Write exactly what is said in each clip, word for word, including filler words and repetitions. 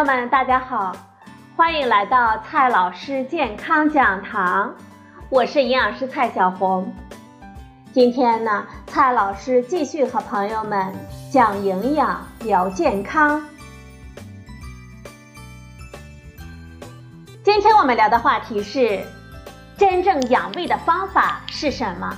友们，大家好，欢迎来到蔡老师健康讲堂，我是营养师蔡小红。今天呢，蔡老师继续和朋友们讲营养聊健康。今天我们聊的话题是，真正养胃的方法是什么？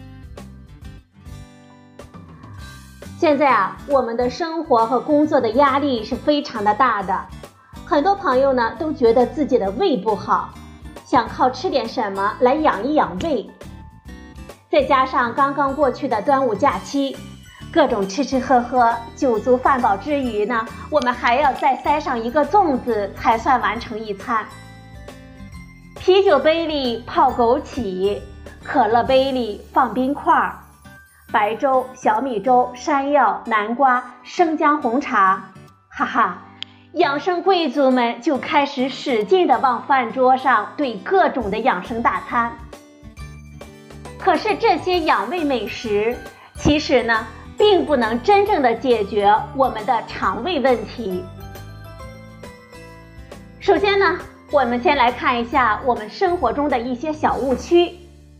现在啊，我们的生活和工作的压力是非常的大的，很多朋友呢都觉得自己的胃不好，想靠吃点什么来养一养胃。再加上刚刚过去的端午假期，各种吃吃喝喝，酒足饭饱之余呢，我们还要再塞上一个粽子才算完成一餐。啤酒杯里泡枸杞，可乐杯里放冰块，白粥、小米粥、山药、南瓜、生姜红茶，哈哈，养生贵族们就开始使劲地往饭桌上兑各种的养生大餐。可是这些养胃美食，其实呢，并不能真正的解决我们的肠胃问题。首先呢，我们先来看一下我们生活中的一些小误区。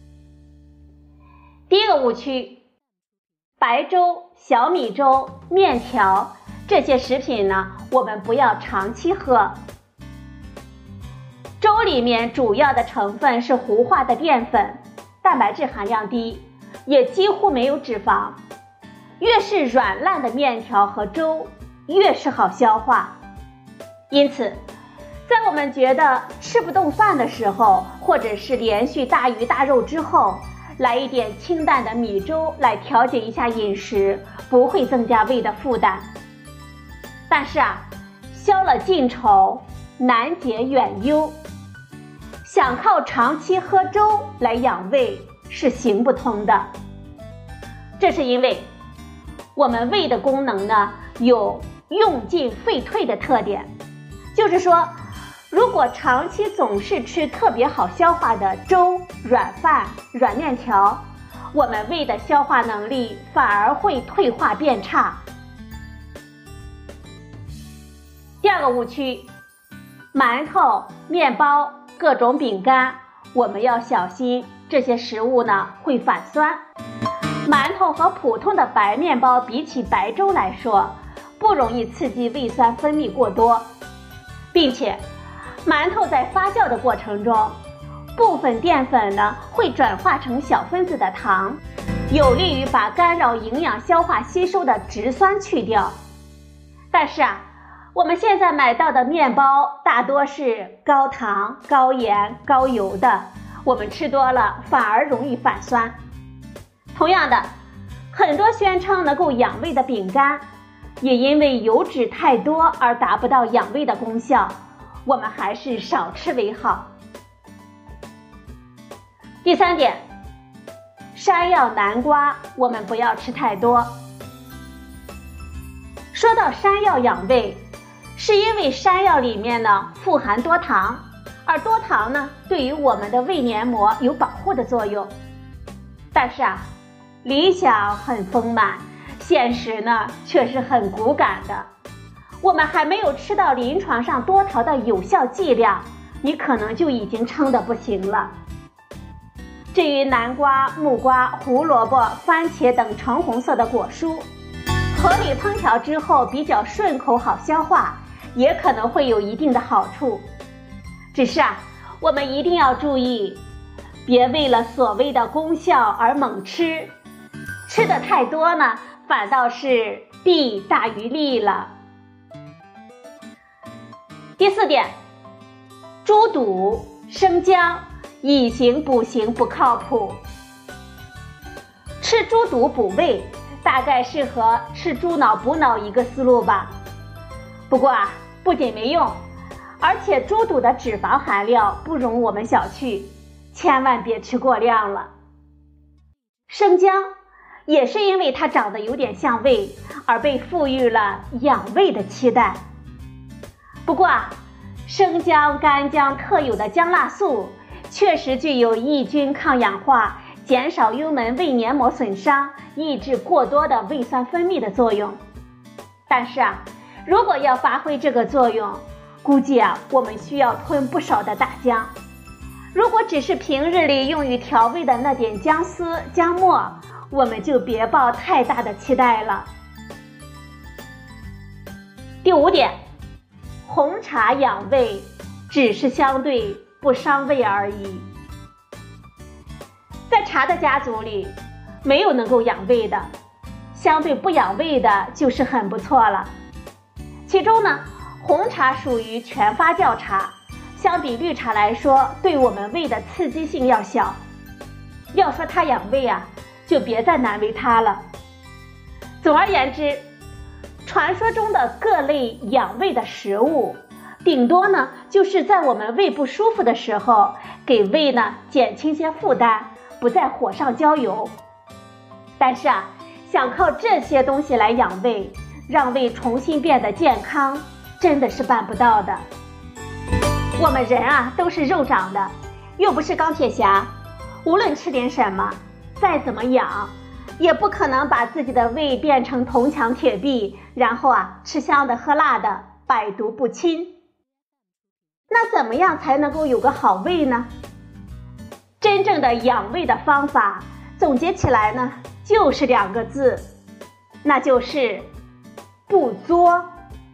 第一个误区，白粥、小米粥、面条这些食品呢，我们不要长期喝。粥里面主要的成分是糊化的淀粉，蛋白质含量低，也几乎没有脂肪。越是软烂的面条和粥，越是好消化。因此，在我们觉得吃不动饭的时候，或者是连续大鱼大肉之后，来一点清淡的米粥来调节一下饮食，不会增加胃的负担。但是啊，消了劲愁，难解远忧。想靠长期喝粥来养胃是行不通的。这是因为我们胃的功能呢，有用进废退的特点，就是说，如果长期总是吃特别好消化的粥、软饭、软面条，我们胃的消化能力反而会退化变差。第二个误区，馒头、面包、各种饼干，我们要小心，这些食物呢会反酸。馒头和普通的白面包比起白粥来说，不容易刺激胃酸分泌过多，并且馒头在发酵的过程中，部分淀粉呢会转化成小分子的糖，有利于把干扰营养消化吸收的植酸去掉。但是啊，我们现在买到的面包大多是高糖、高盐、高油的，我们吃多了反而容易反酸。同样的，很多宣称能够养胃的饼干，也因为油脂太多而达不到养胃的功效，我们还是少吃为好。第三点，山药、南瓜我们不要吃太多。说到山药养胃，是因为山药里面呢富含多糖，而多糖呢对于我们的胃黏膜有保护的作用。但是啊，理想很丰满，现实呢却是很骨感的。我们还没有吃到临床上多糖的有效剂量，你可能就已经撑得不行了。至于南瓜、木瓜、胡萝卜、番茄等橙红色的果蔬，合理烹调之后比较顺口好消化，也可能会有一定的好处。只是啊，我们一定要注意，别为了所谓的功效而猛吃，吃的太多呢，反倒是弊大于利了。第四点，猪肚、生姜以形补形不靠谱。吃猪肚补胃，大概是和吃猪脑补脑一个思路吧。不过啊，不仅没用，而且猪肚的脂肪含量不容我们小觑，千万别吃过量了。生姜也是因为它长得有点像胃，而被赋予了养胃的期待。不过啊，生姜、干姜特有的姜辣素确实具有抑菌、抗氧化、减少幽门胃黏膜损伤、抑制过多的胃酸分泌的作用。但是啊，如果要发挥这个作用， 估计啊，我们需要吞不少的大姜。如果只是平日里用于调味的那点姜丝、姜末，我们就别抱太大的期待了。第五点，红茶养胃，只是相对不伤胃而已。在茶的家族里，没有能够养胃的，相对不养胃的就是很不错了。其中呢，红茶属于全发酵茶，相比绿茶来说，对我们胃的刺激性要小。要说它养胃啊，就别再难为它了。总而言之，传说中的各类养胃的食物，顶多呢就是在我们胃不舒服的时候，给胃呢减轻些负担，不再火上浇油。但是啊，想靠这些东西来养胃，让胃重新变得健康，真的是办不到的。我们人啊都是肉长的，又不是钢铁侠，无论吃点什么，再怎么养，也不可能把自己的胃变成铜墙铁壁，然后啊吃香的喝辣的，百毒不侵。那怎么样才能够有个好胃呢？真正的养胃的方法，总结起来呢，就是两个字，那就是不作。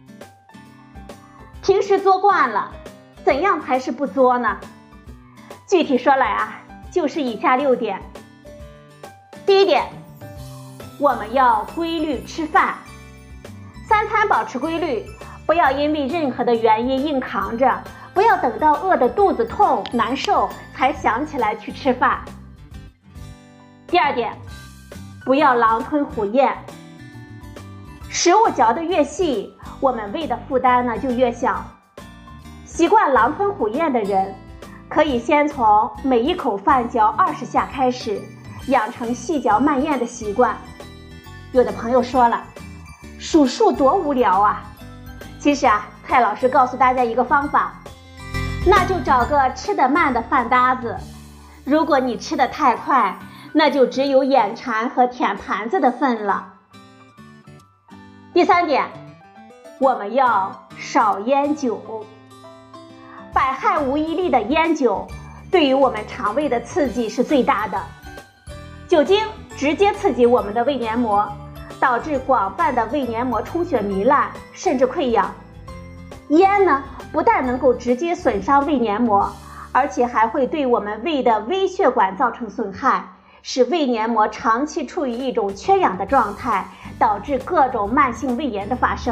平时作惯了，怎样才是不作呢？具体说来啊，就是以下六点。第一点，我们要规律吃饭，三餐保持规律，不要因为任何的原因硬扛着，不要等到饿得肚子痛难受才想起来去吃饭。第二点，不要狼吞虎咽，食物嚼得越细，我们胃的负担呢就越小。习惯狼吞虎咽的人，可以先从每一口饭嚼二十下开始，养成细嚼慢咽的习惯。有的朋友说了，数数多无聊啊！其实啊，蔡老师告诉大家一个方法，那就找个吃得慢的饭搭子。如果你吃得太快，那就只有眼馋和舔盘子的份了。第三点，我们要少烟酒。百害无一利的烟酒，对于我们肠胃的刺激是最大的。酒精直接刺激我们的胃黏膜，导致广泛的胃黏膜充血糜烂，甚至溃疡。烟呢，不但能够直接损伤胃黏膜，而且还会对我们胃的微血管造成损害，使胃黏膜长期处于一种缺氧的状态，导致各种慢性胃炎的发生。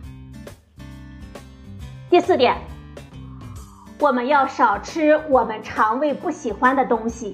第四点，我们要少吃我们肠胃不喜欢的东西。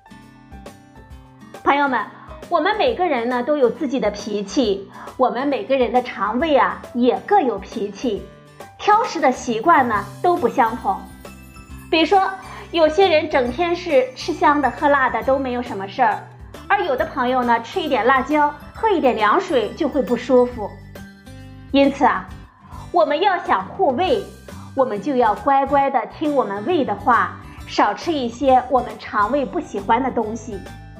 朋友们，我们每个人呢都有自己的脾气，我们每个人的肠胃啊也各有脾气，挑食的习惯呢都不相同。比如说，有些人整天是吃香的喝辣的都没有什么事儿，而有的朋友呢吃一点辣椒，喝一点凉水就会不舒服。因此啊，我们要想护胃，我们就要乖乖的听我们胃的话，少吃一些我们肠胃不喜欢的东西。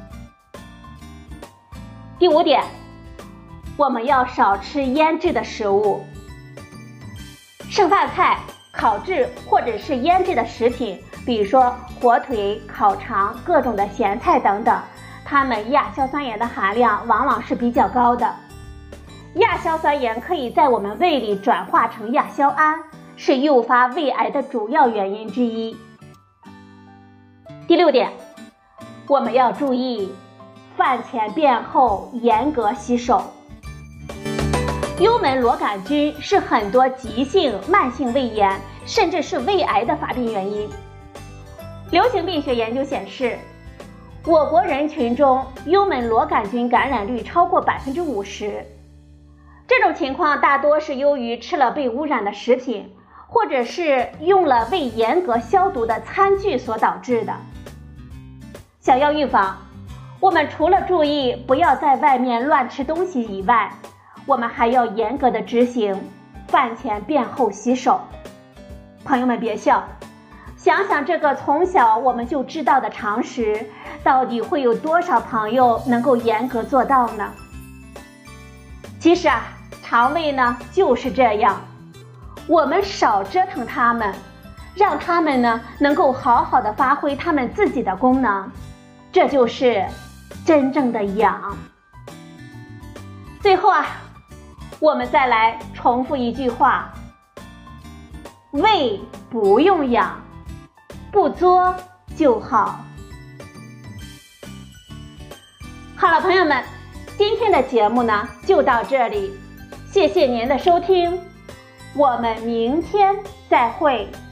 第五点，我们要少吃腌制的食物。剩饭菜、烤制或者是腌制的食品，比如说火腿、烤肠、各种的咸菜等等，它们亚硝酸盐的含量往往是比较高的。亚硝酸盐可以在我们胃里转化成亚硝胺，是诱发胃癌的主要原因之一。第六点，我们要注意饭前便后严格洗手。幽门螺杆菌是很多急性慢性胃炎甚至是胃癌的发病原因。流行病学研究显示，我国人群中幽门螺杆菌感染率超过 百分之五十。 这种情况大多是由于吃了被污染的食品，或者是用了未严格消毒的餐具所导致的。想要预防，我们除了注意不要在外面乱吃东西以外，我们还要严格的执行饭前便后洗手。朋友们别笑，想想这个从小我们就知道的常识，到底会有多少朋友能够严格做到呢？其实啊，肠胃呢就是这样， 我们少折腾它们，让它们呢能够好好的发挥它们自己的功能，这就是真正的养。最后啊，我们再来重复一句话：胃不用养，不作就好。好了，朋友们，今天的节目呢就到这里，谢谢您的收听，我们明天再会。